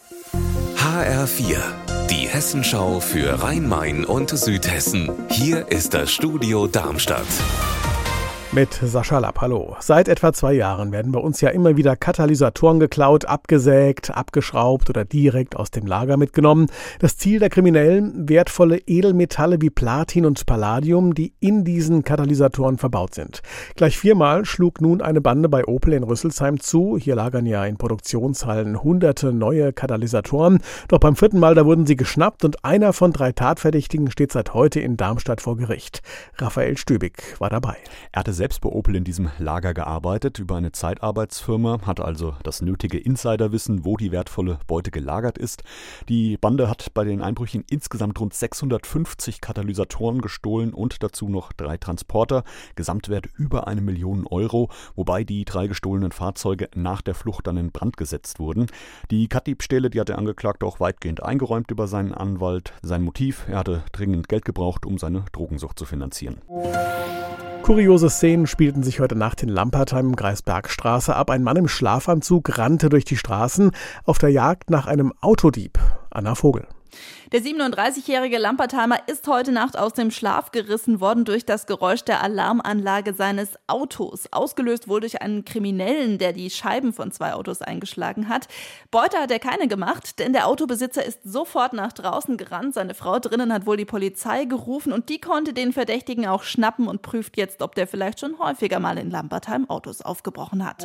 HR4, die Hessenschau für Rhein-Main und Südhessen. Hier ist das Studio Darmstadt. Mit Sascha Lapp, hallo. Seit etwa 2 Jahren werden bei uns ja immer wieder Katalysatoren geklaut, abgesägt, abgeschraubt oder direkt aus dem Lager mitgenommen. Das Ziel der Kriminellen: wertvolle Edelmetalle wie Platin und Palladium, die in diesen Katalysatoren verbaut sind. Gleich 4-mal schlug nun eine Bande bei Opel in Rüsselsheim zu. Hier lagern ja in Produktionshallen hunderte neue Katalysatoren. Doch beim 4. Mal, da wurden sie geschnappt und einer von 3 Tatverdächtigen steht seit heute in Darmstadt vor Gericht. Raphael Stübig war dabei. Er hatte selbst bei Opel in diesem Lager gearbeitet, über eine Zeitarbeitsfirma, hatte also das nötige Insiderwissen, wo die wertvolle Beute gelagert ist. Die Bande hat bei den Einbrüchen insgesamt rund 650 Katalysatoren gestohlen und dazu noch 3 Transporter. Gesamtwert über 1 Million Euro, wobei die 3 gestohlenen Fahrzeuge nach der Flucht dann in Brand gesetzt wurden. Die Kat-Diebstähle, die hat der Angeklagte auch weitgehend eingeräumt über seinen Anwalt. Sein Motiv: er hatte dringend Geld gebraucht, um seine Drogensucht zu finanzieren. Kuriose Szenen spielten sich heute Nacht in Lampertheim im Kreis Bergstraße ab. Ein Mann im Schlafanzug rannte durch die Straßen auf der Jagd nach einem Autodieb. Anna Vogel. Der 37-jährige Lampertheimer ist heute Nacht aus dem Schlaf gerissen worden durch das Geräusch der Alarmanlage seines Autos. Ausgelöst wohl durch einen Kriminellen, der die Scheiben von 2 Autos eingeschlagen hat. Beute hat er keine gemacht, denn der Autobesitzer ist sofort nach draußen gerannt. Seine Frau drinnen hat wohl die Polizei gerufen und die konnte den Verdächtigen auch schnappen und prüft jetzt, ob der vielleicht schon häufiger mal in Lampertheim Autos aufgebrochen hat.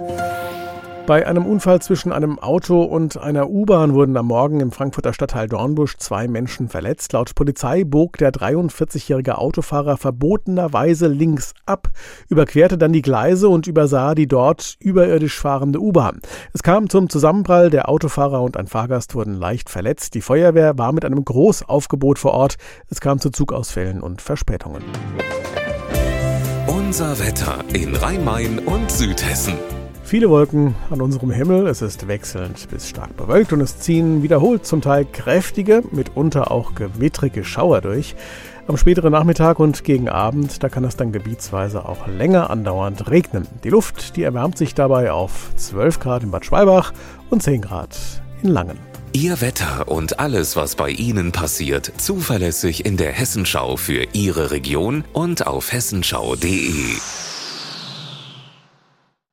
Bei einem Unfall zwischen einem Auto und einer U-Bahn wurden am Morgen im Frankfurter Stadtteil Dornbusch 2 Menschen verletzt. Laut Polizei bog der 43-jährige Autofahrer verbotenerweise links ab, überquerte dann die Gleise und übersah die dort überirdisch fahrende U-Bahn. Es kam zum Zusammenprall, der Autofahrer und ein Fahrgast wurden leicht verletzt. Die Feuerwehr war mit einem Großaufgebot vor Ort. Es kam zu Zugausfällen und Verspätungen. Unser Wetter in Rhein-Main und Südhessen. Viele Wolken an unserem Himmel, es ist wechselnd bis stark bewölkt und es ziehen wiederholt zum Teil kräftige, mitunter auch gewittrige Schauer durch. Am späteren Nachmittag und gegen Abend, da kann es dann gebietsweise auch länger andauernd regnen. Die Luft, die erwärmt sich dabei auf 12 Grad in Bad Schwalbach und 10 Grad in Langen. Ihr Wetter und alles, was bei Ihnen passiert, zuverlässig in der Hessenschau für Ihre Region und auf hessenschau.de.